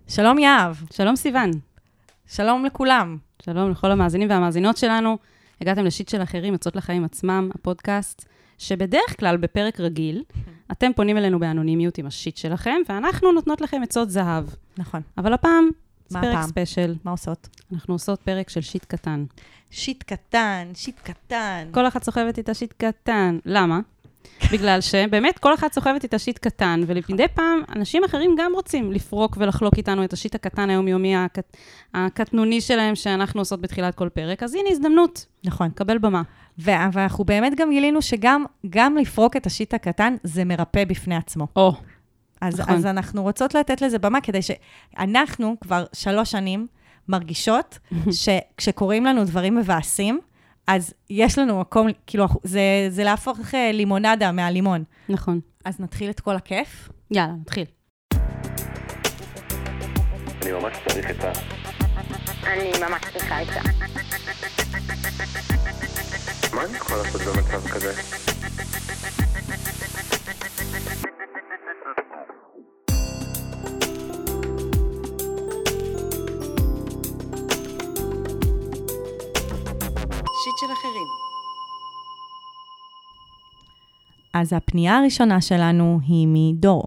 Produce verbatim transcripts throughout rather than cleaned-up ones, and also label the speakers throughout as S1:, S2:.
S1: שלום יאב.
S2: שלום סיוון.
S1: שלום לכולם.
S2: שלום לכל המאזינים והמאזינות שלנו. הגעתם לשיט של אחרים, יוצאות לחיים עצמם, הפודקאסט, שבדרך כלל בפרק רגיל, אתם פונים אלינו באנונימיות עם השיט שלכם, ואנחנו נותנות לכם עצות זהב.
S1: נכון.
S2: אבל הפעם, זה
S1: מה
S2: פרק
S1: הפעם?
S2: ספיישל.
S1: מה עושות?
S2: אנחנו עושות פרק של שיט קטן.
S1: שיט קטן, שיט קטן.
S2: כל אחת סוחבת איתה שיט קטן. למה? בגלל שבאמת כל אחת סוחבת איתה שיט קטן, ולפני פעם אנשים אחרים גם רוצים לפרוק ולחלוק איתנו את השיט הקטן היומיומי, הקט... הקטנוני שלהם שאנחנו עושות בתחילת כל פרק. אז הנה הזדמנות.
S1: נכון.
S2: קבל במה.
S1: ואנחנו באמת גם גילינו שגם גם לפרוק את השיט הקטן, זה מרפא בפני עצמו.
S2: או.
S1: אז,
S2: נכון.
S1: אז אנחנו רוצות לתת לזה במה, כדי שאנחנו כבר שלוש שנים מרגישות שכשקוראים לנו דברים מבאסים, אז יש לנו מקום, כאילו, זה, זה להפוך לימונדה מהלימון.
S2: נכון.
S1: אז נתחיל את כל הכיף.
S2: יאללה, נתחיל.
S3: אני ממש צריך את ה...
S4: אני ממש צריכה את זה.
S3: מה אני יכול לעשות במצב כזה?
S2: שיט של אחרים.
S1: אז הפנייה הראשונה שלנו היא מדור.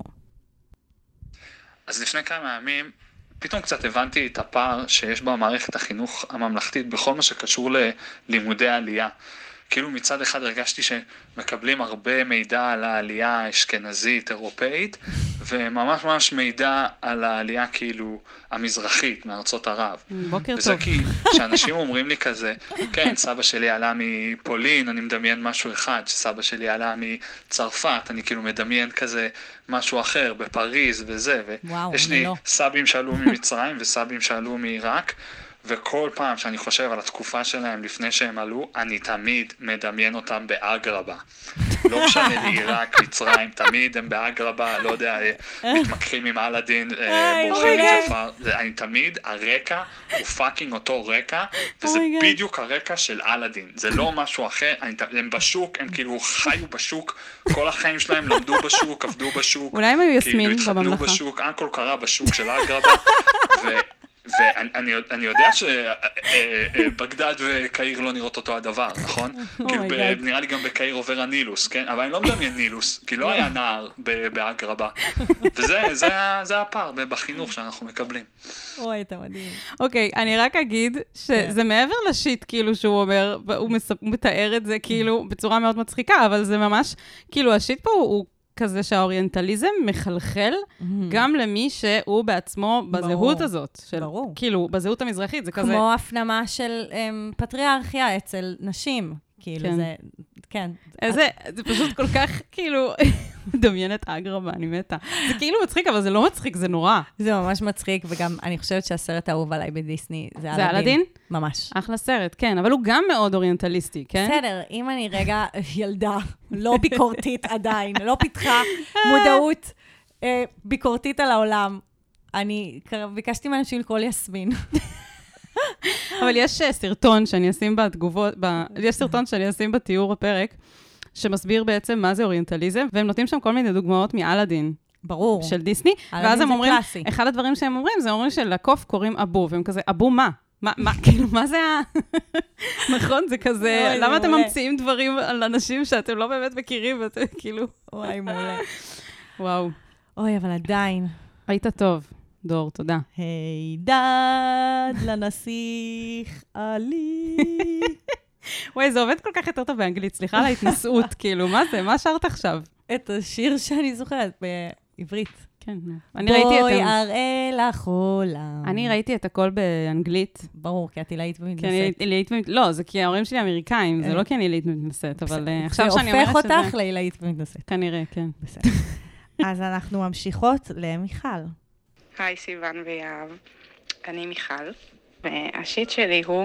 S5: אז לפני כמה ימים, פתאום קצת הבנתי את הפער שיש במערכת החינוך הממלכתית בכל מה שקשור ללימודי העלייה. כאילו מצד אחד הרגשתי שמקבלים הרבה מידע על העלייה האשכנזית, אירופאית, וממש ממש מידע על העלייה כאילו המזרחית מארצות ערב.
S2: בוקר
S5: וזה
S2: טוב.
S5: כי שאנשים אומרים לי כזה, כן, סבא שלי עלה מפולין, אני מדמיין משהו אחד, שסבא שלי עלה מצרפת, אני כאילו מדמיין כזה משהו אחר, בפריז וזה,
S1: וואו,
S5: ויש לי
S1: לא.
S5: סבים שעלו ממצרים וסבים שעלו מעיראק, וכל פעם שאני חושב על התקופה שלהם לפני שהם עלו, אני תמיד מדמיין אותם באגרבה. לא משנה לי עיראק, מצרים, תמיד הם באגרבה, לא יודע, מתמקחים עם אלאדין, בורחים ג'פר. אני תמיד, הרקע הוא פאקינג אותו רקע, וזה בדיוק הרקע של אלאדין. זה לא משהו אחר, הם בשוק, הם כאילו חיו בשוק, כל החיים שלהם למדו בשוק, עבדו בשוק.
S2: אולי הם היו יסמין
S5: כאילו
S2: בממלכה.
S5: התחתנו בשוק, הכל קרה בשוק של אגרבה, ו... ואני אני יודע שבגדד וקהיר לא נראות אותו הדבר, נכון? כאילו נראה לי גם בקהיר עובר הנילוס, כן? אבל אני לא מדמיין נילוס, כי לא היה נער באגרבה. וזה הפער בחינוך שאנחנו מקבלים.
S1: אוי, אתה מדהים.
S2: אוקיי, אני רק אגיד שזה מעבר לשיט, כאילו, שהוא אומר, הוא מתאר את זה כאילו בצורה מאוד מצחיקה, אבל זה ממש, כאילו, השיט פה הוא כזה שהאוריינטליזם מחלחל גם למי שהוא בעצמו בזהות הזאת.
S1: ברור.
S2: כאילו, בזהות המזרחית, זה כזה...
S1: כמו הפנמה של פטריארכיה אצל נשים. כאילו זה, כן.
S2: זה פשוט כל כך, כאילו, מדמיינת אגרבה, אני מתה. זה כאילו מצחיק, אבל זה לא מצחיק, זה נורא.
S1: זה ממש מצחיק, וגם אני חושבת שהסרט האהוב עליי בדיסני, זה אלאדין.
S2: זה אלאדין?
S1: ממש.
S2: אחלה סרט, כן, אבל הוא גם מאוד אוריינטליסטי, כן?
S1: בסדר, אם אני רגע ילדה, לא ביקורתית עדיין, לא פיתחה מודעות ביקורתית על העולם, אני ביקשתי מאנשים לקרוא לי יסמין.
S2: אבל יש סרטון שאני אשים בתגובות, יש סרטון שאני אשים בתיאור הפרק, שמסביר בעצם מה זה אוריינטליזם, והם נותנים שם כל מיני דוגמאות מאלאדין.
S1: ברור.
S2: של דיסני, ואז הם אומרים, אחד הדברים שהם אומרים, זה אומרים שלקוף קוראים אבו, והם כזה, אבו מה? מה, מה, כאילו, מה זה ה... נכון, זה כזה, למה אתם ממציאים דברים על אנשים שאתם לא באמת מכירים, ואתם כאילו...
S1: וואי, מעולה.
S2: וואו.
S1: אוי, אבל עדיין.
S2: היית טוב. דור, תודה.
S1: היי דד לנסיך עלי.
S2: וואי, זה עובד כל כך יותר טוב באנגלית, סליחה על ההתנסות, כאילו, מה זה? מה שרת עכשיו?
S1: את השיר שאני זוכרת בעברית.
S2: כן, אני ראיתי את...
S1: בואי אראה לך עולם.
S2: אני ראיתי את הכל באנגלית.
S1: ברור, כי את עילאית ומתנשאת.
S2: כי אני עילאית ומתנשאת. לא, זה כי ההורים שלי אמריקאים, זה לא כי אני עילאית ומתנשאת, אבל עכשיו שאני
S1: אומרת
S2: שזה...
S1: זה הופך אותך לעילאית ומתנשאת.
S2: כנראה, כן.
S1: בסדר. אז אנחנו ממשיכות למיכל.
S4: היי סיוון ויהב, אני מיכל, והשיט שלי הוא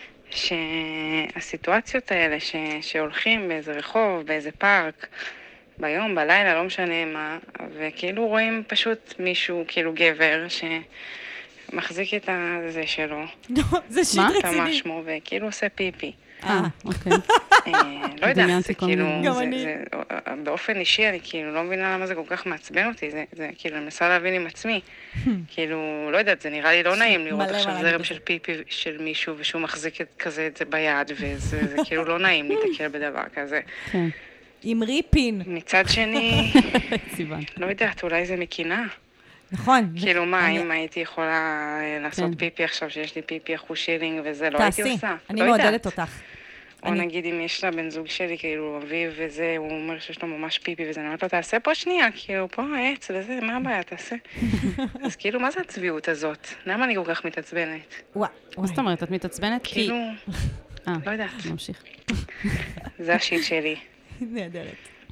S4: שהסיטואציות האלה ש... שהולכים באיזה רחוב, באיזה פארק, ביום, בלילה, לא משנה מה, וכאילו רואים פשוט מישהו, כאילו גבר, שמחזיק את הזה שלו.
S1: זה שיט רציני.
S4: את המשמו, וכאילו עושה פיפי.
S2: אה, אוקיי.
S4: לא יודעת, זה כאילו,
S1: גם
S4: זה-
S1: אני.
S4: זה- באופן אישי אני כאילו לא מבינה למה זה כל כך מעצבן אותי, זה- זה כאילו, אני מנסה להבין עם עצמי. כאילו, לא יודעת, זה נראה לי לא נעים לראות
S1: מלא
S4: עכשיו
S1: מה
S4: זרם
S1: להגיד
S4: של פיפי של מישהו ושהוא מחזיק את כזה את זה ביד, וזה זה כאילו לא נעים להתקל בדבר כזה.
S2: כן,
S1: עם ריפין.
S4: מצד שני,
S2: סיוון.
S4: לא יודעת, אולי זה מקינה.
S1: נכון. זה-
S4: כאילו מה,
S1: אני-
S4: אם הייתי יכולה אה, לעשות
S2: כן.
S4: פיפי עכשיו שיש לי פיפי אחוז שילינג וזה, לא הייתי
S1: תעשי,
S4: עושה.
S1: אני
S4: לא יודעת.
S1: מעודדת אותך.
S4: או
S1: אני-
S4: נגיד אם יש לה בן זוג שלי, כאילו אביב וזה, הוא אומר שיש לו ממש פיפי וזה, אני אומרת לו, תעשה פה שנייה, כאילו פה העץ וזה, מה הבעיה, תעשה. אז כאילו, מה זה הצביעות הזאת? למה אני כל כך מתעצבנת?
S1: וואי,
S2: מה זאת אומרת, את מתעצבנת? כי...
S4: כאילו,
S2: אה,
S4: לא יודעת,
S2: נמשיך.
S4: זה השיט שלי,
S1: נהדרת.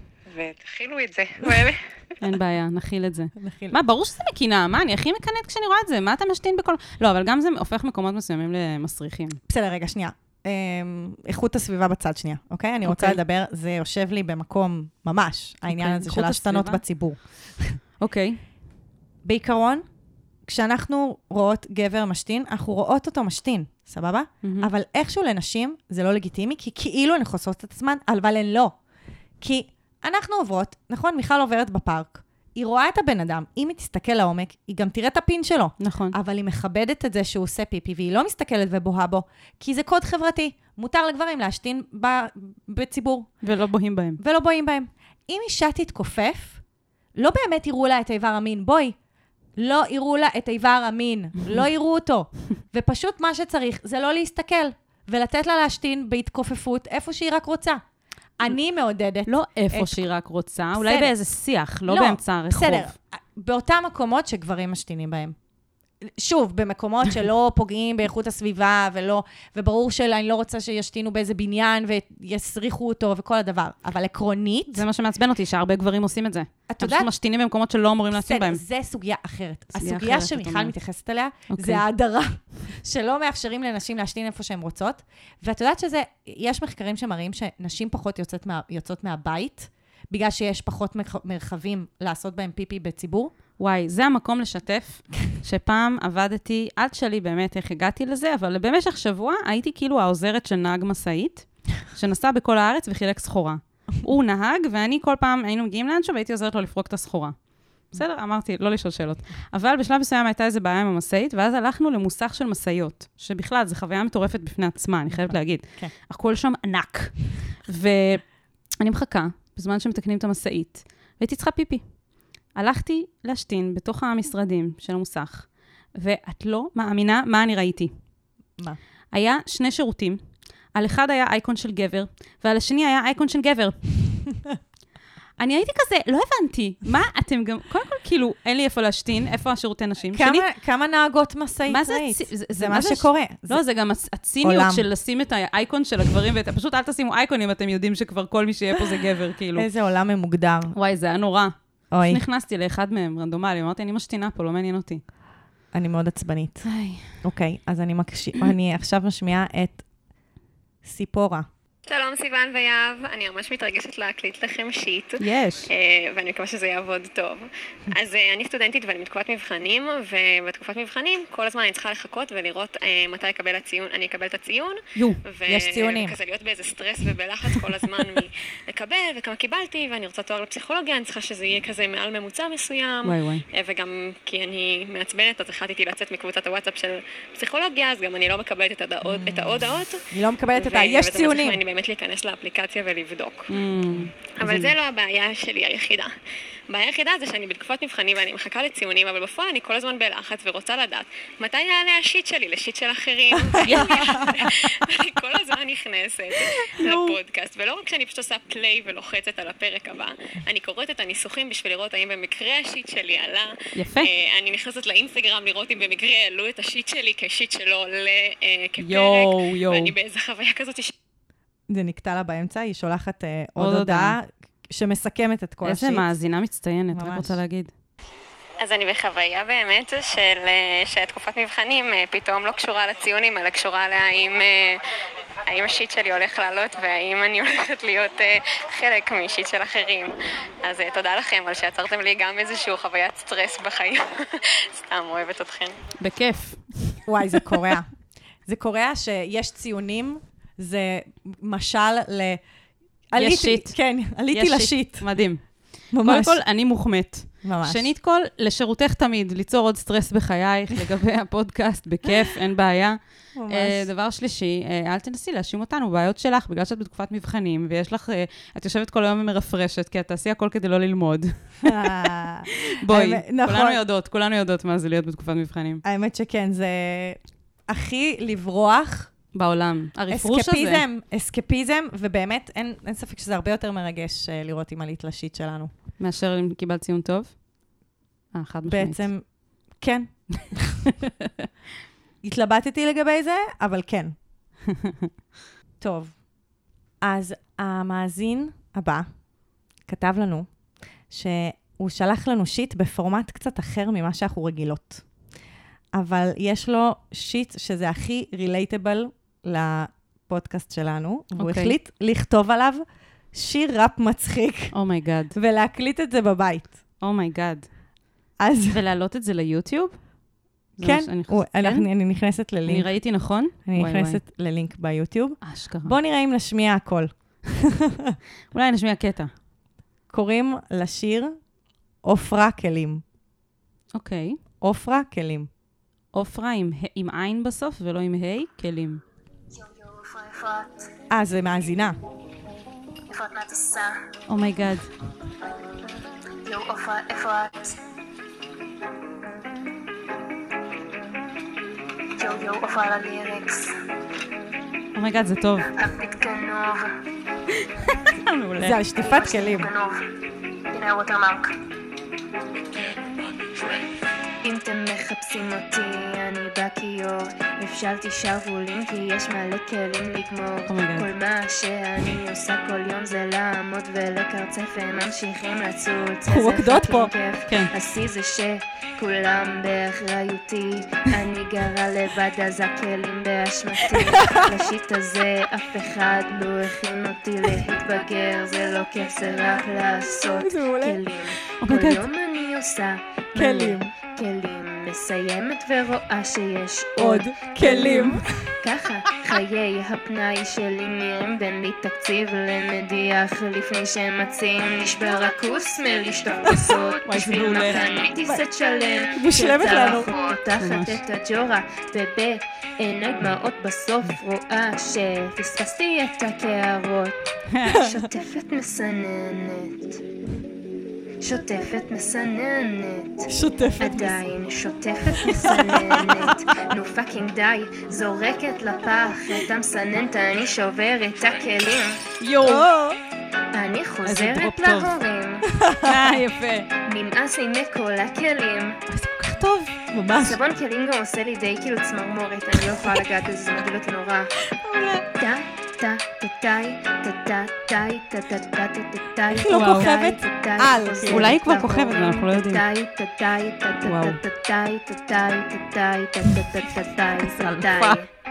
S4: ותכילו את זה, ואלה.
S2: אין בעיה, נכיל את זה.
S1: נכיל.
S2: מה, ברור שזה מקינה, מה, אני הכי מקנאת כשאני רואה את זה, מה אתה משתין בכל... לא, אבל גם זה הופך מקומות מסוימים למסריחים.
S1: בסדר, רגע, שנייה. אמ, איכות הסביבה בצד שנייה, אוקיי? אני רוצה
S2: אוקיי.
S1: לדבר, זה יושב לי במקום ממש, העניין
S2: אוקיי,
S1: הזה
S2: איכות
S1: של ההשתנות
S2: הסביבה?
S1: בציבור.
S2: אוקיי.
S1: בעיקרון, כשאנחנו רואות גבר משתין, אנחנו רואות אותו משתין, סבבה?
S2: מהמם.
S1: אבל איכשהו לנשים זה לא לגיטימי, כי כאילו הן חוסות את עצמן, אבל הן לא. כי אנחנו עוברות, נכון, מיכל עוברת בפארק, היא רואה את הבן אדם, אם היא תסתכל לעומק, היא גם תראה את הפין שלו.
S2: נכון.
S1: אבל היא מכבדת את זה שהוא עושה פיפי, והיא לא מסתכלת ובוהה בו, כי זה קוד חברתי. מותר לגברים להשתין ב- בציבור,
S2: ולא בוהים בהם.
S1: ולא בואים בהם. אם אישה תתכופף, לא באמת יראו לה את איבר המין. בואי, לא יראו לה את איבר המין, לא יראו אותו. ופשוט מה שצריך זה לא להסתכל, ולתת לה להשתין בהתכופפות איפה שהיא רק רוצה. אני מעודדת.
S2: לא איפה
S1: את-
S2: שהיא רק רוצה, אולי
S1: בסדר.
S2: באיזה שיח, לא באמצע הרחוב.
S1: בסדר, באותם מקומות שגברים משתינים בהם. שוב, במקומות שלא פוגעים באיכות הסביבה, ולא, וברור שאני לא רוצה שישתינו באיזה בניין ויסריחו אותו וכל הדבר. אבל עקרונית,
S2: זה מה שמעצבן אותי, שהרבה גברים עושים את זה.
S1: את
S2: הם
S1: יודעת,
S2: פשוט משתינים במקומות שלא אמורים להשתין
S1: בסדר,
S2: בהם.
S1: זה סוגיה אחרת.
S2: סוגיה
S1: הסוגיה
S2: אחרת, את
S1: שמיכל
S2: אומרת.
S1: מתייחסת אליה,
S2: אוקיי.
S1: זה ההדרה, שלא מאפשרים לנשים להשתין איפה שהן רוצות. ואת יודעת שזה, יש מחקרים שמראים שנשים פחות יוצאות, מה, יוצאות מהבית, בגלל שיש פחות מרח- מרחבים לעשות בהם פיפי בציבור.
S2: וואי, זה המקום לשתף, שפעם עבדתי, עד שלי באמת איך הגעתי לזה, אבל במשך שבוע הייתי כאילו העוזרת של נהג מסעית, שנסע בכל הארץ וחילק סחורה. הוא נהג, ואני כל פעם היינו מגיעים לאנשהו, והייתי עוזרת לו לפרוק את הסחורה. בסדר? אמרתי, לא לשאול שאלות. אבל בשלב מסוים הייתה איזו בעיה עם המסעית, ואז הלכנו למוסך של מסעיות, שבכלל, זו חוויה מטורפת בפני עצמה, אני חייבת להגיד.
S1: כן.
S2: הכל שם ענק. ואני מחכה, בזמן שמתקנים את המסעית, והייתי צריכה פיפי. הלכתי להשתין בתוך המשרדים של המוסך, ואת לא מאמינה מה אני ראיתי.
S1: מה?
S2: היה שני שירותים, על אחד היה אייקון של גבר, ועל השני היה אייקון של גבר. אני הייתי כזה, לא הבנתי, מה אתם גם, קודם כל כאילו, אין לי איפה להשתין, איפה השירותי נשים?
S1: כמה,
S2: שנית,
S1: כמה נהגות משאית
S2: מה זה
S1: ראית?
S2: הצי- זה-
S1: זה
S2: מה
S1: מה
S2: זה
S1: שקורה.
S2: לא, זה גם הצ- הציניות
S1: עולם.
S2: של לשים את האייקון של הגברים, ופשוט אל תשימו אייקון אם אתם יודעים שכבר כל מי שיהיה פה זה גבר, כאילו.
S1: איזה עולם ממוגדר.
S2: וואי, זה היה נורא.
S1: אוי,
S2: נכנסתי לאחד מהם, רנדומלי, אמרתי, אני משתינה פה, לא מעניין אותי.
S1: אני מאוד עצבנית.
S2: איי.
S1: אוקיי, אז אני מקשיב, אני עכשיו משמיעה את סיפורה.
S6: שלום סיוון ויהב, אני ממש מתרגשת להקליט לכם שיט.
S2: יש.
S6: אה, ואני מקווה שזה יעבוד טוב. אז אה, אני סטודנטית ואני בתקופת מבחנים, ובתקופת מבחנים כל הזמן אני צריכה לחכות ולראות אה, מתי אקבל הציון, אני אקבל את הציון.
S2: יו.
S6: ו-
S1: יש ציונים.
S6: וכזה להיות באיזה סטרס ובלחץ כל הזמן מלקבל וכמה קיבלתי, ואני רוצה תואר לפסיכולוגיה, אני צריכה שזה יהיה כזה מעל ממוצע מסוים.
S2: וואי וואי.
S6: אה, וגם כי אני מעצבנת, אז החלטתי לצאת מקבוצת הוואטסאפ של פסיכולוגיה, אז גם אני לא מקבלת את ההודעות, את ההודעות.
S1: היא לא מקבלת את
S6: ו-
S1: ה... יש
S6: וזה מצריך
S1: ציונים.
S6: ממני באמת להיכנס לאפליקציה ולבדוק.
S2: Mm.
S6: אבל זה לא הבעיה שלי היחידה. הבעיה היחידה זה שאני בתקופת מבחנים ואני מחכה לציונים, אבל בפועל אני כל הזמן בלחץ ורוצה לדעת מתי יעלה השיט שלי לשיט של אחרים. ואני כל הזמן נכנסת לפודקאסט, ולא רק שאני פשוט עושה פליי ולוחצת על הפרק הבא, אני קוראת את הניסוחים בשביל לראות האם במקרה השיט שלי עלה.
S2: יפה.
S6: אה, אני נכנסת לאינסטגרם לראות אם במקרה העלו את השיט שלי כשיט שלא עולה אה, כפרק.
S2: יואו, יואו.
S6: ואני באיזה חוויה כזאת ש...
S1: זה נקטע לה באמצע, היא שולחת אה,
S2: עוד
S1: עוד
S2: הודעה.
S1: הודעה שמסכמת את כל השיט.
S2: איזה מאזינה מצטיינת, רק
S1: ממש.
S2: רוצה להגיד.
S6: אז אני בחוויה באמת של שתקופת מבחנים אה, פתאום לא קשורה לציונים, אלא קשורה להאם אה, האם השיט שלי הולך לעלות והאם אני הולכת להיות אה, חלק משיט של אחרים. אז אה, תודה לכם על שיצרתם לי גם איזשהו חוויית סטרס בחיים. סתם אוהבת אתכם.
S2: בכיף.
S1: וואי, זה קורע. זה קורע שיש ציונים זה משל ל... עליתי,
S2: שיט.
S1: כן, עליתי לשיט.
S2: מדהים.
S1: ממש.
S2: קודם כל, אני מוחמת.
S1: ממש.
S2: שנית כל, לשירותך תמיד, ליצור עוד סטרס בחייך, לגבי הפודקאסט, בכיף, אין בעיה.
S1: ממש.
S2: Uh, דבר שלישי, uh, אל תנסי להאשים אותנו בעיות שלך, בגלל שאת בתקופת מבחנים, ויש לך, uh, את יושבת כל היום ומרפרשת, כי את תעשי הכל כדי לא ללמוד. בואי, כולנו יודעות, כולנו יודעות מה זה להיות בתקופת מבחנים.
S1: האמת שכן, זה הכי לברוח.
S2: בעולם. הרפרוש הזה.
S1: אסקפיזם, אסקפיזם, ובאמת אין, אין ספק שזה הרבה יותר מרגש uh, לראות אם עלית לשיט שלנו.
S2: מאשר אם קיבלת ציון טוב? אה, חד משמעית.
S1: בעצם, כן. התלבטתי לגבי זה, אבל כן. טוב. אז המאזין הבא כתב לנו שהוא שלח לנו שיט בפורמט קצת אחר ממה שאנחנו רגילות. אבל יש לו שיט שזה הכי רילייטבל לפודקאסט שלנו, והוא
S2: אוקיי.
S1: החליט לכתוב עליו שיר ראפ מצחיק,
S2: אומייגאד.
S1: ולהקליט את זה בבית.
S2: אומייגאד.
S1: אז
S2: ולהעלות את זה ליוטיוב? זה
S1: כן,
S2: מה שאני
S1: הוא-
S2: חושבת, כן?
S1: אנחנו- אני נכנסת
S2: אני
S1: ללינק,
S2: ראיתי נכון?
S1: אני
S2: וואי,
S1: נכנסת ללינק ביוטיוב.
S2: וואי. אשכרה.
S1: בואו נראה אם נשמיע הכל.
S2: אולי נשמיע קטע.
S1: קוראים לשיר עופרה כלים.
S2: אוקיי.
S1: עופרה כלים.
S2: עופרה עם ה- עם עין בסוף ולא עם ה' כלים.
S1: אה, זה מאזינה.
S7: איפה את מהטסה?
S2: אומייגאד.
S7: יואו, עופרה, איפה את? יואו, יואו, עופרה לליריקס.
S2: אומייגאד, זה טוב.
S7: הפית גנוב.
S2: מעולה.
S1: זה על שטיפת כלים.
S7: גנוב. הנה הווטרמרק. אם אתם מחפשים אותי, אני בכיור. הבשלתי שרוולים כי יש מלא כלים לגמור.
S2: אומייגאד.
S7: כל מה שאני עושה כל יום זה לעמוד ולקרצף והם ממשיכים לצוץ.
S1: אנחנו
S7: איזה
S1: רוקדות פה.
S7: פאקינג כיף.
S2: כן.
S7: השיא זה שכולם באחריותי, אני גרה לבד אז הכלים באשמתי. לשיט הזה אף אחד לא הכין אותי להתבגר, זה לא כיף זה רק לעשות
S1: זה מעולה.
S7: כלים. כל
S2: אומייגאד.
S7: יום אני עושה
S1: כלים.
S7: מלא כלים, מסיימת ורואה שיש
S1: עוד כלים.
S7: ככה חיי הפנאי שלי נראים בין לי תקציב למדיח לפני שמציעים נשבר הכוס מלשטוף כוסות
S2: וואי,
S7: בשביל
S2: זה מעולה.
S7: מחניתי סט שלם
S1: מושלמת לנו.
S7: פותחת
S2: ממש.
S7: את הג'ורה ובעיני דמעות בסוף רואה שפספסתי את הקערות שוטפת מסננת שוטפת מסננת
S1: שוטפת.
S7: עדיין שוטפת מסננת נו פאקינג די זורקת לפח את המסננת אני שוברת הכלים
S2: יואו.
S7: אני חוזרת
S2: דרופ טוב.
S7: להורים
S2: אה, יפה.
S7: נמאס הנה כל הכלים
S2: זה כל כך טוב.
S1: ממש.
S7: סבון כלים גם עושה לי די כאילו צמרמורת אני לא יכולה לגעת בזה זה מגעיל אותי נורא טה טה טה טאי טה טה טאי טה טה טה טה טה טאי
S1: איך היא לא
S2: וואו.
S1: כוכבת? על.
S2: אולי היא כבר כוכבת, ואנחנו לא יודעים. וואו. אלופה.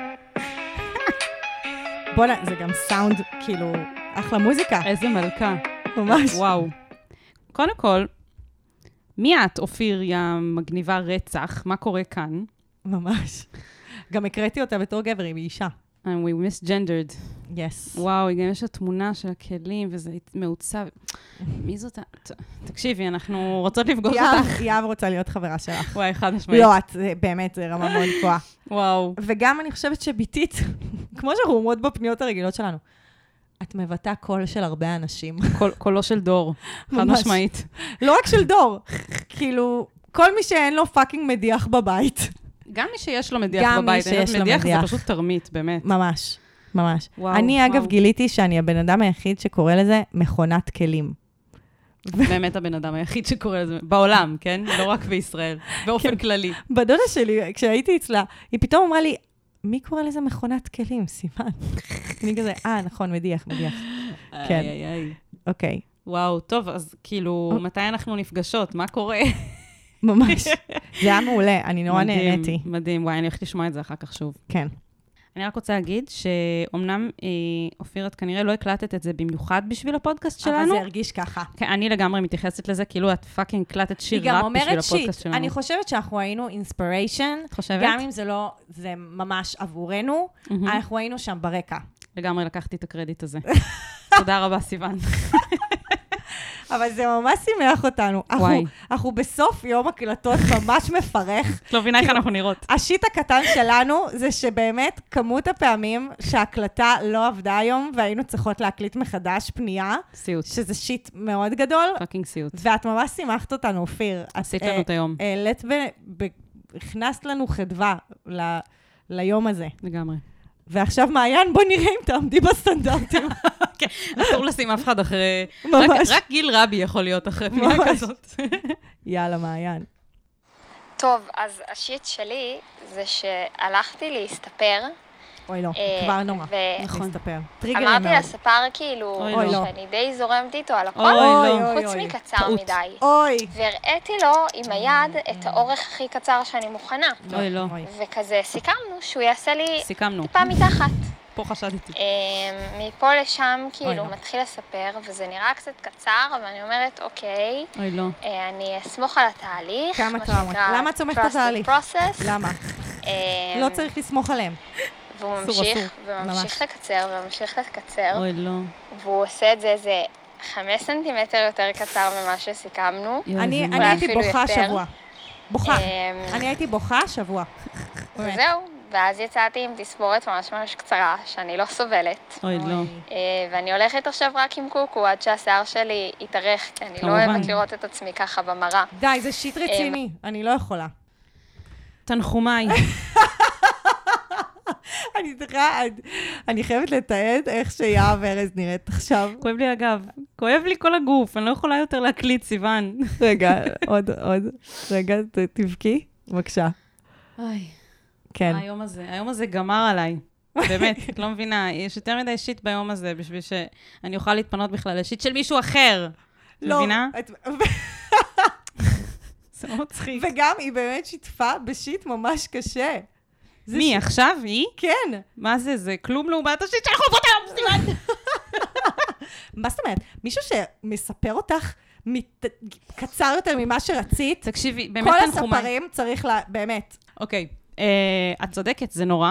S1: בוא'נה, זה גם סאונד, כאילו, אחלה מוזיקה.
S2: איזה מלכה.
S1: ממש.
S2: וואו. קודם כל, מי את, אופיר, יא מגניבה רצח? מה קורה כאן?
S1: ממש. גם הקראתי אותה בתור גבר, היא אישה.
S2: And we misgendered.
S1: יס.
S2: וואו, גם יש לה תמונה של הכלים, וזה מעוצב. מי זאת? ת- תקשיבי, אנחנו רוצות לפגוש אותך.
S1: יאב רוצה להיות חברה שלך.
S2: וואי, חד משמעית.
S1: לא, את, זה- באמת, זה רמה מאוד גבוהה.
S2: וואו.
S1: וגם אני חושבת שביתית, כמו שאנחנו אומרות בפניות הרגילות שלנו, את מבטאה קול של הרבה אנשים.
S2: קול- קולו של דור. חד
S1: ממש.
S2: משמעית.
S1: לא רק של דור, כאילו, כל מי שאין לו פאקינג מדיח בבית.
S2: גם מי שיש לו מדיח
S1: גם מי
S2: בבית, אין
S1: שיש
S2: לו
S1: לו
S2: מדיח, זה
S1: מדיח.
S2: פשוט תרמית, באמת.
S1: ממש, ממש.
S2: וואו,
S1: אני, אגב,
S2: וואו.
S1: גיליתי שאני הבן אדם היחיד שקורא לזה מכונת כלים.
S2: באמת הבן אדם היחיד שקורא לזה, בעולם, כן? לא רק בישראל, באופן כללי.
S1: בדודה שלי, כשהייתי אצלה, היא פתאום אמרה לי, מי קורא לזה מכונת כלים, סימן? אני כזה, אה, נכון, מדיח, מדיח. כן.
S2: איי, איי, איי.
S1: אוקיי,
S2: וואו, טוב, אז כאילו, מתי אנחנו נפגשות? מה קורה?
S1: ממש. זה היה מעולה, אני נורא
S2: מדהים,
S1: נהניתי.
S2: מדהים, וואי, אני הולכת לשמוע את זה אחר כך שוב.
S1: כן.
S2: אני רק רוצה להגיד שאומנם, אה, אופיר, את כנראה לא הקלטת את זה במיוחד בשביל הפודקאסט
S1: אבל
S2: שלנו.
S1: זה הרגיש ככה.
S2: כן, אני לגמרי מתייחסת לזה, כאילו את פאקינג הקלטת
S1: היא
S2: שיר
S1: גם
S2: ראפ בשביל
S1: אומרת
S2: הפודקאסט
S1: שיט.
S2: שלנו.
S1: אני חושבת שאנחנו היינו אינספיריישן,
S2: את חושבת?
S1: גם אם זה לא, זה ממש עבורנו,
S2: מהמם.
S1: אנחנו היינו שם ברקע.
S2: לגמרי לקחתי את הקרדיט הזה. תודה רבה, סיוון.
S1: אבל זה ממש שימח אותנו. אנחנו,
S2: וואי.
S1: אנחנו בסוף יום הקלטות ממש מפרך.
S2: לא מבינה איך אנחנו נראות.
S1: השיט הקטן שלנו זה שבאמת כמות הפעמים שההקלטה לא עבדה היום, והיינו צריכות להקליט מחדש פנייה,
S2: סיוט.
S1: שזה שיט מאוד גדול,
S2: פאקינג סיוט.
S1: ואת ממש שימחת אותנו, אופיר.
S2: עשית
S1: את,
S2: לנו
S1: אה,
S2: את היום.
S1: העלית ב... ב... הכנסת לנו חדווה ל... ליום הזה.
S2: לגמרי.
S1: ועכשיו מעיין, בוא נראה אם תעמדי בסטנדרטים.
S2: כן, אסור לשים אף אחד אחרי...
S1: ממש.
S2: רק, רק גיל רבי יכול להיות אחרי פנייה
S1: ממש.
S2: כזאת.
S1: יאללה, מעיין.
S8: טוב, אז השיט שלי זה שהלכתי להסתפר.
S1: אוי לא,
S8: אה,
S1: כבר נורא.
S8: ו-
S1: נכון. להסתפר. טריגרים
S8: אמרתי
S1: מאוד.
S8: לספר כאילו,
S2: אוי,
S1: לא.
S8: שאני די זורמת איתו על הכל,
S2: אוי, לא.
S1: אוי,
S8: חוץ
S1: אוי.
S8: מקצר
S2: טעות.
S8: מדי.
S1: אוי.
S8: והראיתי לו עם היד את האורך הכי קצר שאני מוכנה.
S2: אוי, לא.
S1: אוי.
S8: וכזה סיכמנו שהוא יעשה לי
S2: סיכמנו.
S8: טיפה מתחת.
S2: פה חשדתי.
S8: אה, מפה לשם
S1: אוי,
S8: כאילו
S1: לא.
S8: מתחיל לספר, וזה נראה קצת קצר, אבל אני אומרת, אוקיי,
S2: אוי, לא.
S8: אה, אני אסמוך על התהליך.
S1: כמה
S8: מה
S1: טראומות.
S8: שנקרא
S1: למה את סומכת על
S8: trust the
S1: התהליך?
S8: process.
S1: למה?
S8: אה,
S1: לא צריך לסמוך עליהם.
S8: והוא
S2: אסור,
S8: ממשיך,
S2: אסור.
S8: וממשיך לקצר, וממשיך לקצר,
S2: אוי, לא.
S8: והוא עושה את זה איזה חמש סנטימטר יותר קצר ממה שסיכמנו.
S2: יואי,
S1: אני
S2: זה
S1: אני הייתי
S8: אפילו
S1: בוכה
S8: יותר.
S1: שבוע. בוכה.
S8: אמ,
S1: אני הייתי בוכה שבוע. באמת.
S8: וזהו, ואז יצאתי עם תספורת ממש ממש קצרה, שאני לא סובלת.
S2: אוי, לא.
S8: אה, ואני הולכת עכשיו רק עם קוקו עד שהשיער שלי יתארך, כי אני לא
S2: כמובן.
S8: אוהבת לראות את עצמי ככה במראה.
S1: די, זה שיט רציני. אני לא יכולה.
S2: תנחומיי.
S1: אני צריכה, אני- אני חייבת לתעד איך שיהב ארז נראית עכשיו.
S2: כואב לי הגב. כואב לי כל הגוף, אני לא יכולה יותר להקליט, סיוון.
S1: רגע, עוד, עוד. רגע, ת- תבכי. בבקשה.
S2: אוי.
S1: כן.
S2: היום הזה, היום הזה גמר עליי. באמת, את לא מבינה, יש יותר מדי שיט ביום הזה, בשביל שאני אוכל להתפנות בכלל לשיט של מישהו אחר. את
S1: לא,
S2: מבינה?
S1: את-
S2: זה לא מצחיק.
S1: וגם היא באמת שיתפה בשיט ממש קשה. זה
S2: מי,
S1: ש-
S2: עכשיו? היא?
S1: כן.
S2: מה זה? זה כלום לעומת השיט שאנחנו עוברות היום, סיוון.
S1: מה זאת אומרת? מישהו שמספר אותך מת- קצר יותר ממה שרצית,
S2: תקשיבי, באמת
S1: כל
S2: תנחומיי.
S1: הספרים צריך לה... באמת.
S2: אוקיי, אה, את צודקת, זה נורא.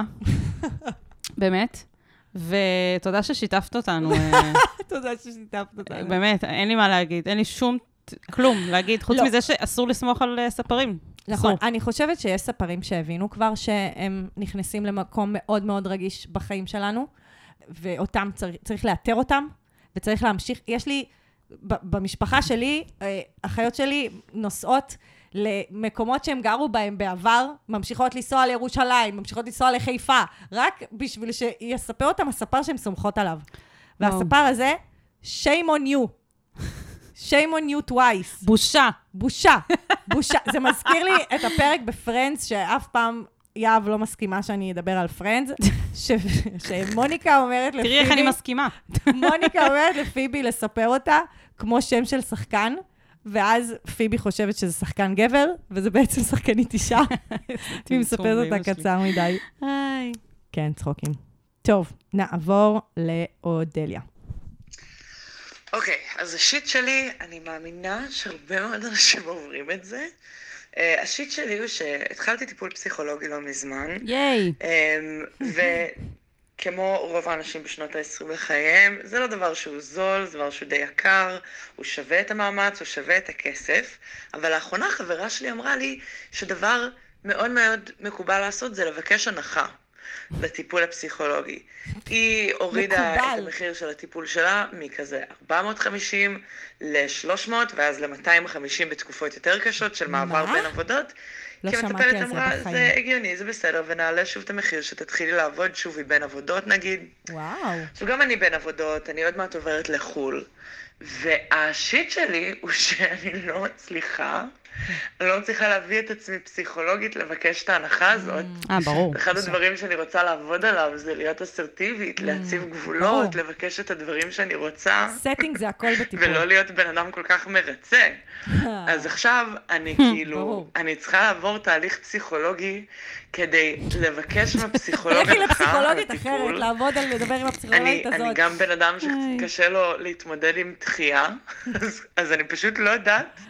S2: באמת. ותודה ששיתפת אותנו. אה,
S1: תודה ששיתפת אותנו.
S2: באמת, אין לי מה להגיד. אין לי שום, ת- כלום להגיד, חוץ
S1: לא.
S2: מזה שאסור לסמוך על אה, ספרים.
S1: נכון,
S2: אסור.
S1: אני חושבת שיש ספרים שהבינו כבר שהם נכנסים למקום מאוד מאוד רגיש בחיים שלנו, ואותם צריך, צריך לאתר אותם, וצריך להמשיך. יש לי, ב- במשפחה שלי, אה, אחיות שלי נוסעות למקומות שהם גרו בהם בעבר, ממשיכות לנסוע לירושלים, ממשיכות לנסוע לחיפה, רק בשביל שיספר אותם הספר שהן סומכות עליו. והספר הזה, shame on you. shame on you twice.
S2: בושה.
S1: בושה, בושה. זה מזכיר לי את הפרק בפרנדס, שאף פעם יהב לא מסכימה שאני אדבר על פרנדס, ש- שמוניקה אומרת לפיבי...
S2: תראי איך אני מסכימה.
S1: מוניקה אומרת לפיבי לספר אותה כמו שם של שחקן, ואז פיבי חושבת שזה שחקן גבר, וזה בעצם שחקנית אישה. היא מספרת אותה קצר מדי.
S2: היי.
S1: כן, צחוקים. טוב, נעבור לאודליה.
S9: אוקיי, אז השיט שלי, אני מאמינה שהרבה מאוד אנשים עוברים את זה. Uh, השיט שלי הוא שהתחלתי טיפול פסיכולוגי לא מזמן.
S2: ייי.
S9: Um, וכמו רוב האנשים בשנות ה-עשרים לחייהם, זה לא דבר שהוא זול, זה דבר שהוא די יקר, הוא שווה את המאמץ, הוא שווה את הכסף. אבל לאחרונה חברה שלי אמרה לי שדבר מאוד מאוד מקובל לעשות זה לבקש הנחה לטיפול הפסיכולוגי. היא הורידה
S1: מקובל.
S9: את המחיר של הטיפול שלה מכזה ארבע מאות וחמישים ל-שלוש מאות ואז ל-מאתיים וחמישים בתקופות יותר קשות של מעבר
S1: מה?
S9: בין עבודות.
S1: לא
S9: כי
S1: שמעתי
S9: המטפלת
S1: על זה
S9: אמרה,
S1: בחיים.
S9: זה הגיוני, זה בסדר, ונעלה שוב את המחיר שתתחילי לעבוד שוב מבין עבודות נגיד.
S1: וואו.
S9: עכשיו גם אני בין עבודות, אני עוד מעט עוברת לחול, והשיט שלי הוא שאני לא מצליחה, אני לא מצליחה להביא את עצמי פסיכולוגית לבקש את ההנחה הזאת.
S2: אה, ברור.
S9: אחד הדברים שאני רוצה לעבוד עליו זה להיות אסרטיבית, להציב גבולות,
S1: ברור.
S9: לבקש את הדברים שאני רוצה,
S1: סטינג זה הכל בטיפול.
S9: ולא להיות בן אדם כל כך מרצה. אז עכשיו אני כאילו,
S1: ברור.
S9: אני צריכה לעבור תהליך פסיכולוגי כדי לבקש מהפסיכולוג
S1: לכי
S9: הנחה
S1: לפסיכולוגית
S9: על
S1: אחרת,
S9: הטיפול.
S1: לעבוד על לדבר עם
S9: אני,
S1: הפסיכולוגית הזאת.
S9: אני גם בן אדם
S2: היי.
S9: שקשה לו להתמודד עם דחייה, אז, אז אני פשוט לא יודעת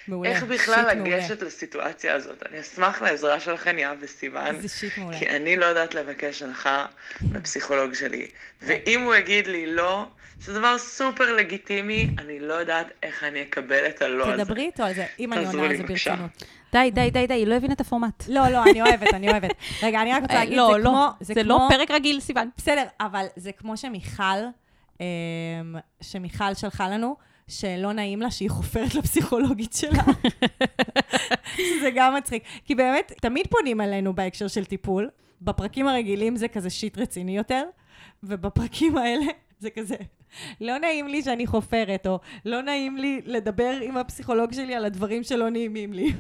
S1: מעולה.
S9: איך בכלל
S1: שיט מעולה.
S9: לגשת לסיטואציה הזאת. אני אשמח לעזרה שלכם, יאב וסיוון.
S1: זה שיט מעולה.
S9: כי אני לא יודעת לבקש הנחה לפסיכולוג שלי. ואם הוא יגיד לי לא, זה דבר סופר לגיטימי, אני לא יודעת איך אני אקבל את הלא הזה.
S1: תדברי איתו על זה, אם אני
S9: תעזרו
S1: עונה
S9: לי,
S1: על זה
S9: בבקשה.
S1: ברצינות.
S2: די, די, די, די, היא לא הבינה את הפורמט.
S1: לא, לא, אני אוהבת, אני אוהבת. רגע, אני רק רוצה להגיד,
S2: לא,
S1: זה
S2: לא,
S1: כמו...
S2: זה לא פרק רגיל, סיוון.
S1: בסדר, אבל זה כמו שמיכל, אמ, שמיכל שלחה לנו, שלא נעים לה שהיא חופרת לפסיכולוגית שלה. זה גם מצחיק. כי באמת, תמיד פונים אלינו בהקשר של טיפול. בפרקים הרגילים זה כזה שיט רציני יותר, ובפרקים האלה זה כזה, לא נעים לי שאני חופרת, או לא נעים לי לדבר עם הפסיכולוג שלי על הדברים שלא נעימים לי.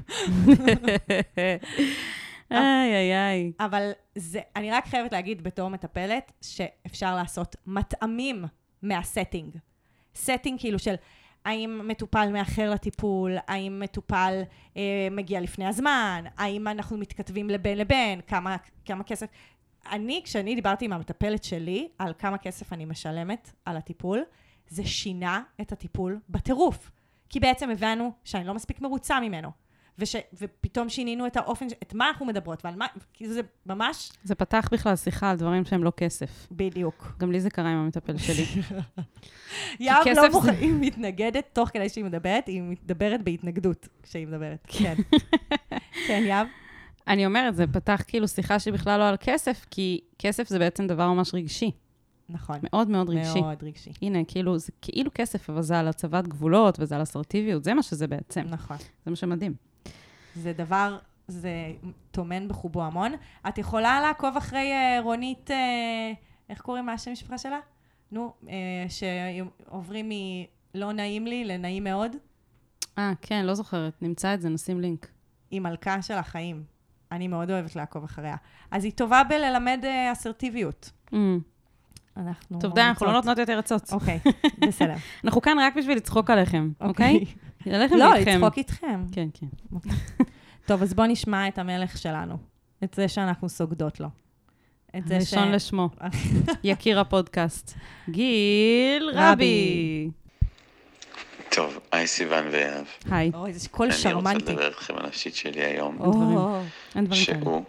S2: איי, איי, איי.
S1: אבל זה, אני רק חייבת להגיד בתור מטפלת, שאפשר לעשות מטעמים מהסטינג. סטינג כאילו של האם מטופל מאחר לטיפול, האם מטופל אה, מגיע לפני הזמן, האם אנחנו מתכתבים לבין לבין, כמה, כמה כסף. אני, כשאני דיברתי עם המטפלת שלי, על כמה כסף אני משלמת על הטיפול, זה שינה את הטיפול בטירוף. כי בעצם הבנו שאני לא מספיק מרוצה ממנו. וש, ופתאום שינינו את האופן, את מה אנחנו מדברות, ועל מה, כאילו זה ממש...
S2: זה פתח בכלל שיחה על דברים שהם לא כסף.
S1: בדיוק.
S2: גם לי זה קרה עם המטפל שלי.
S1: יאב
S2: כסף
S1: לא
S2: זה-
S1: מוכן, היא מתנגדת תוך כדי שהיא מדברת, היא מדברת בהתנגדות כשהיא מדברת. כן. כן, יאב?
S2: אני אומרת, זה פתח כאילו שיחה שהיא בכלל לא על כסף, כי כסף זה בעצם דבר ממש רגשי.
S1: נכון.
S2: מאוד מאוד רגשי.
S1: מאוד רגשי.
S2: הנה, כאילו, זה כאילו כסף, אבל זה על הצבת גבולות, וזה על אסרטיביות, זה מה שזה בעצם.
S1: נכון.
S2: זה מה שמדהים.
S1: זה דבר, זה תומן בחובו המון. את יכולה לעקוב אחרי uh, רונית, uh, איך קוראים מה השם משפחה שלה? נו, uh, שעוברים מלא נעים לי לנעים מאוד.
S2: אה, כן, לא זוכרת. נמצא את זה, נשים לינק.
S1: היא מלכה של החיים. אני מאוד אוהבת לעקוב אחריה. אז היא טובה בללמד uh, אסרטיביות.
S2: Mm.
S1: אנחנו...
S2: טוב, די, אנחנו לא נותנות יותר עצות.
S1: אוקיי, בסדר.
S2: אנחנו כאן רק בשביל לצחוק עליכם, אוקיי? ללכם
S1: לא,
S2: ואיתכם.
S1: לצחוק איתכם.
S2: כן, כן.
S1: טוב, אז בוא נשמע את המלך שלנו. את זה שאנחנו סוגדות לו. את זה ש...
S2: ראשון לשמו. יקיר הפודקאסט. גיל
S1: רבי.
S2: רבי.
S3: טוב, היי סיוון ויאב.
S2: היי.
S1: אוי, זה קול
S3: אני רוצה
S1: שרמנטי.
S3: לדבר איתכם על השיט שלי היום,
S1: או,
S2: אין דברים כאלה.
S3: שהוא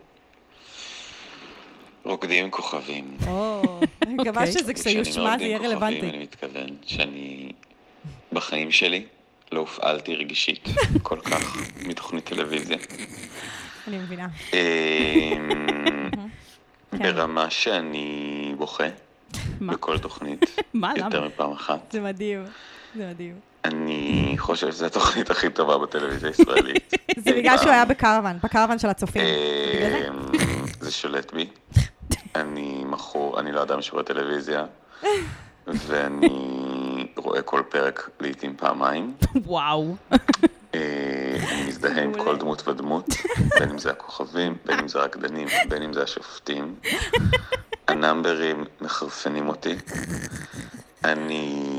S3: רוקדים כוכבים.
S1: או, אני מקווה שזה כשיושמע זה יהיה
S3: כשאני אומר רוקדים כוכבים,
S1: רלוונטי.
S3: אני מתכוון שאני בחיים שלי לא הופעלתי רגשית כל כך מתוכנית טלוויזיה.
S1: אני מבינה.
S3: אמ,
S1: כן.
S3: ברמה שאני בוכה
S2: מה?
S3: בכל תוכנית,
S2: מה, למה?
S3: יותר מפעם אחת.
S1: זה מדהים. זה מדהים.
S3: אני חושב שזו התוכנית הכי טובה בטלוויזיה הישראלית.
S1: זה בגלל שהוא היה בקרוון, בקרוון של הצופים. בגלל זה?
S3: אמ, זה שולט בי. אני מכור, אני לא אדם שרואה טלוויזיה, ואני רואה כל פרק לעתים פעמיים.
S2: וואו.
S3: אה, אני מזדהה עם כל דמות ודמות, בין אם זה הכוכבים, בין אם זה הרקדנים, בין אם זה השופטים. הנאמברים מחרפנים אותי. אני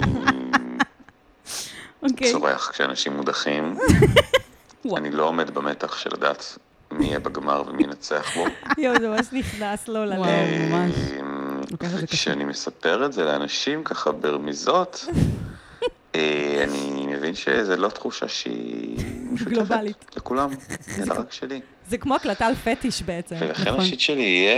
S2: אוקיי.
S3: צורח כשאנשים מודחים. אני לא עומד במתח של לדעת מי יהיה בגמר ומי ינצח בו.
S1: יואו, זה ממש נכנס לו ללב.
S2: וואו, ממש.
S3: אמ,
S2: לוקח את זה קשה.
S3: כשאני מספר את זה לאנשים ככה ברמיזות, אה, אני מבין שזה לא תחושה שהיא משותפת
S1: גלובלית.
S3: לכולם, אלא רק שלי.
S1: זה כמו הקלטה על פטיש בעצם.
S3: ולכן
S2: נכון.
S3: השיט שלי יהיה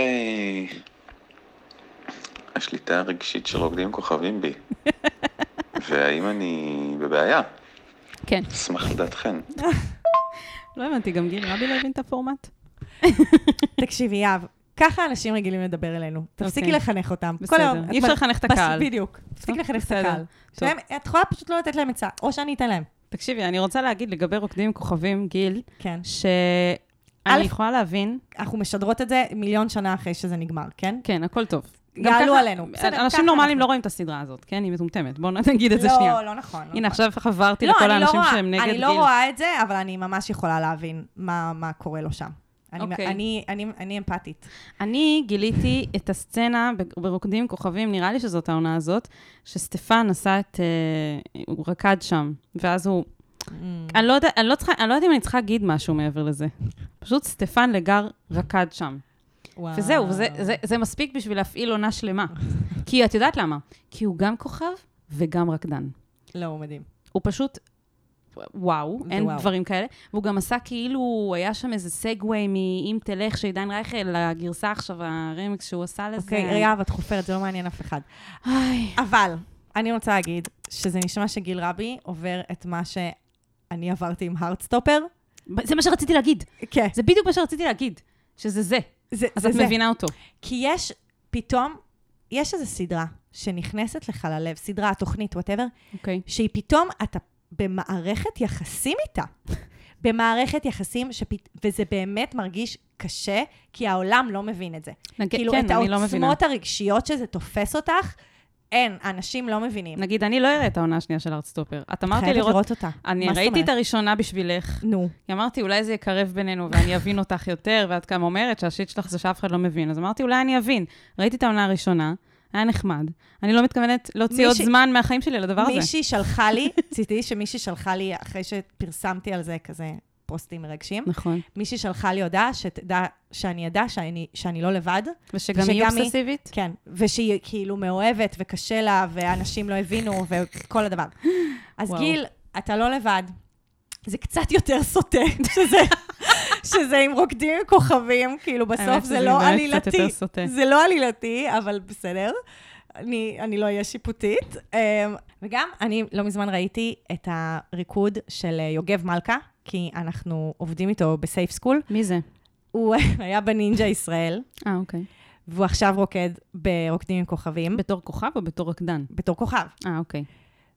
S3: השליטה הרגשית של רוקדים כוכבים בי. והאם אני בבעיה?
S2: כן.
S3: אשמח לדעתכן.
S2: לא הבנתי, גם גיל רבי לא הבין את הפורמט?
S1: תקשיבי, יאב, ככה אנשים רגילים לדבר אלינו. תפסיקי
S2: אוקיי.
S1: לחנך אותם. כל
S2: בסדר.
S1: היום-
S2: אי אפשר לחנך את
S1: בס-
S2: הקהל.
S1: בדיוק. תפסיקי לחנך את
S2: בסדר.
S1: הקהל.
S2: טוב.
S1: שלהם- את יכולה פשוט לא לתת להם עצה, או שאני אתן להם.
S2: תקשיבי, אני רוצה להגיד לגבי רוקדים עם כוכבים, גיל,
S1: כן.
S2: שאני
S1: א',
S2: יכולה להבין,
S1: אנחנו משדרות את זה מיליון שנה אחרי שזה נגמר, כן?
S2: כן, הכל טוב. גם
S1: יעלו
S2: ככה-
S1: עלינו. בסדר, ככה
S2: אנשים נורמליים
S1: אנחנו.
S2: לא רואים את הסדרה הזאת, כן? היא מטומטמת. בואו נגיד את זה שנייה.
S1: לא, לא נכון. לא
S2: הנה,
S1: נכון.
S2: עכשיו חברתי
S1: לא,
S2: לכל
S1: אני לא
S2: האנשים
S1: רואה-
S2: שהם נגד גיל.
S1: אני לא רואה את זה, אבל אני ממש יכולה להבין מה מה קורה לו שם. אני-
S2: אוקיי.
S1: אני- אני אני אמפתית.
S2: אני גיליתי את הסצנה ב- ברוקדים עם כוכבים, נראה לי שזאת העונה הזאת, שסטפן עשה את... אה, הוא רקד שם, ואז הוא... אני לא יודע, אני לא צריכה, אני לא יודעת אם אני צריכה להגיד משהו מעבר לזה. פשוט סטפן לגר רקד שם.
S1: וואו.
S2: וזהו, זה, זה, זה מספיק בשביל להפעיל עונה שלמה. כי את יודעת למה? כי הוא גם כוכב וגם רקדן.
S1: לא, הוא מדהים.
S2: הוא פשוט... וואו, אין
S1: וואו.
S2: דברים כאלה. והוא גם עשה כאילו, היה שם איזה סגווי מאם תלך, שעידן רייכל, לגרסה עכשיו, הרמיקס שהוא עשה לזה.
S1: אוקיי, רגע, ואת חופרת, זה לא מעניין אף אחד.
S2: איי.
S1: אבל, אני רוצה להגיד שזה נשמע שגיל רבי עובר את מה שאני עברתי עם הארטסטופר.
S2: זה מה שרציתי להגיד.
S1: כן.
S2: זה בדיוק מה שרציתי להגיד, שזה זה.
S1: זה,
S2: אז
S1: זה
S2: את
S1: זה.
S2: מבינה אותו.
S1: כי יש, פתאום, יש איזו סדרה שנכנסת לך ללב, סדרה, תוכנית, whatever,
S2: אוקיי.
S1: שהיא פתאום, אתה במערכת יחסים איתה. במערכת יחסים, שפת... וזה באמת מרגיש קשה, כי העולם לא מבין את זה.
S2: נג...
S1: כאילו,
S2: כן,
S1: את
S2: אני לא מבינה.
S1: העוצמות הרגשיות שזה תופס אותך, אין, אנשים לא מבינים.
S2: נגיד, אני לא אראה את העונה השנייה של ארטסטופר. את אמרת לי
S1: חייבת
S2: לראות...
S1: לראות אותה.
S2: אני
S1: מה זאת
S2: ראיתי
S1: אומרת?
S2: את הראשונה בשבילך.
S1: נו.
S2: כי אמרתי, אולי זה יקרב בינינו, ואני אבין אותך יותר, ואת כמה אומרת שהשיט שלך זה שאף אחד לא מבין. אז אמרתי, אולי אני אבין. ראיתי את העונה הראשונה, היה נחמד. אני לא מתכוונת להוציא עוד
S1: מישהי-
S2: זמן מהחיים שלי לדבר הזה.
S1: מישהי שלחה לי, ציטי שמישהי שלחה לי, אחרי שפרסמתי על זה כזה פוסטים מרגשים,
S2: נכון.
S1: מישהי שלחה לי הודעה שתדע, שאני ידע שאני, שאני לא לבד.
S2: ושגם היא
S1: ושגם היא-
S2: אובססיבית?
S1: כן, ושהיא כאילו מאוהבת וקשה לה, ואנשים לא הבינו, וכל הדבר. אז
S2: וואו.
S1: גיל, אתה לא לבד. זה קצת יותר סוטה, שזה, שזה עם רוקדים עם כוכבים, כאילו בסוף
S2: האמת
S1: זה
S2: שזה
S1: לא
S2: באמת קצת
S1: עלילתי.
S2: יותר סוטה.
S1: זה לא עלילתי, אבל בסדר. אני, אני לא אהיה שיפוטית. אמ, וגם, אני לא מזמן ראיתי את הריקוד של יוגב מלכה, כי אנחנו עובדים איתו בסייף סקול.
S2: מי זה?
S1: הוא היה בנינג'ה ישראל,
S2: אה, אוקיי.
S1: והוא עכשיו רוקד ברוקדים עם כוכבים,
S2: בתור כוכב או בתור רקדן?
S1: בתור כוכב.
S2: אה, אוקיי.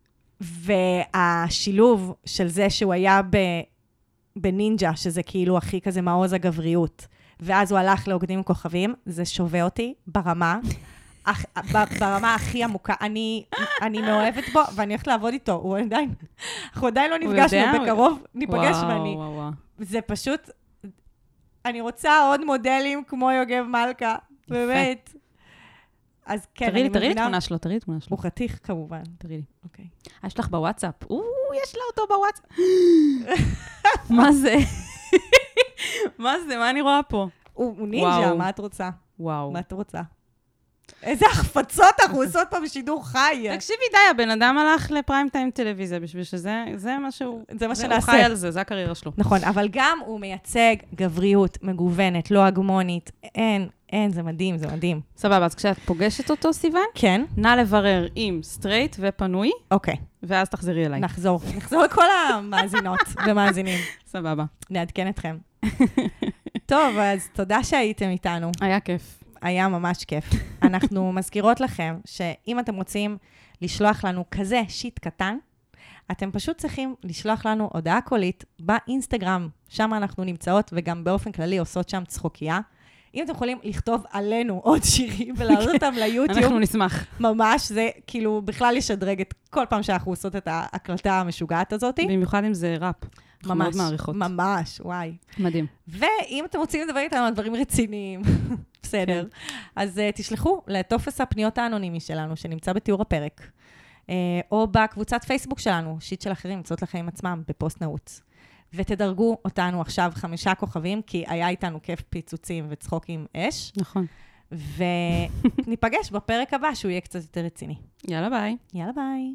S1: והשילוב של זה שהוא היה ב, בנינג'ה, שזה כאילו הכי כזה מעוז הגבריות, ואז הוא הלך לרוקדים עם כוכבים, זה שווה אותי ברמה, אח, ב- ברמה הכי עמוקה. אני, אני מאוהבת בו, ואני הולכת לעבוד איתו. הוא עדיין, אנחנו עדיין לא
S2: הוא
S1: נפגשנו,
S2: יודע?
S1: בקרוב ניפגש,
S2: וואו,
S1: ואני...
S2: וואו, וואו.
S1: זה פשוט... אני רוצה עוד מודלים כמו יוגב מלכה, באמת. אז כן, אני
S2: תראי לי,
S1: מבינה...
S2: תראי לי תמונה שלו, תראי לי תמונה שלו.
S1: הוא חתיך כמובן.
S2: תראי לי.
S1: אוקיי.
S2: אה, יש לך בוואטסאפ. או, יש לה אותו בוואטסאפ. מה זה? מה זה? מה אני רואה פה?
S1: הוא הוא נינג'ה,
S2: וואו.
S1: מה את רוצה?
S2: וואו.
S1: מה את רוצה? איזה החפצות אנחנו עושות פה בשידור חי.
S2: תקשיבי, די, הבן אדם הלך לפריים טיים טלוויזיה, בשביל שזה זה מה שהוא...
S1: זה מה
S2: הוא
S1: שנעשה.
S2: חי על זה, זה הקריירה שלו.
S1: נכון, אבל גם הוא מייצג גבריות מגוונת, לא הגמונית. אין, אין, זה מדהים, זה מדהים.
S2: סבבה, אז כשאת פוגשת אותו, סיוון,
S1: כן?
S2: נא לברר עם סטרייט ופנוי,
S1: אוקיי,
S2: ואז תחזרי אליי.
S1: נחזור. נחזור לכל המאזינות ומאזינים.
S2: סבבה.
S1: נעדכן אתכם. טוב, אז תודה שהייתם איתנו.
S2: היה כיף.
S1: היה ממש כיף. אנחנו מזכירות לכם שאם אתם רוצים לשלוח לנו כזה שיט קטן, אתם פשוט צריכים לשלוח לנו הודעה קולית באינסטגרם. שם אנחנו נמצאות וגם באופן כללי עושות שם צחוקייה. אם אתם יכולים לכתוב עלינו עוד שירים ולהעלות אותם ליוטיוב,
S2: אנחנו נשמח.
S1: ממש, זה כאילו בכלל ישדרג את כל פעם שאנחנו עושות את ההקלטה המשוגעת הזאת.
S2: במיוחד אם זה ראפ. אנחנו
S1: ממש,
S2: מאוד מעריכות.
S1: ממש, וואי.
S2: מדהים.
S1: ואם אתם רוצים לדבר איתנו על דברים רציניים, בסדר, אז uh, תשלחו לטופס הפניות האנונימי שלנו, שנמצא בתיאור הפרק, uh, או בקבוצת פייסבוק שלנו, שיט של אחרים, מצאות לחיים עצמם, בפוסט נעוץ. ותדרגו אותנו עכשיו חמישה כוכבים, כי היה איתנו כיף פיצוצים וצחוקים אש.
S2: נכון.
S1: וניפגש בפרק הבא, שהוא יהיה קצת יותר רציני.
S2: יאללה ביי.
S1: יאללה ביי.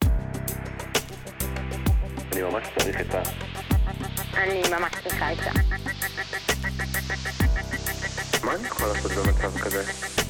S3: אני ממש צריך את ה...
S8: אני ממש צריכה את זה.
S3: מה אני יכול לעשות במצב כזה?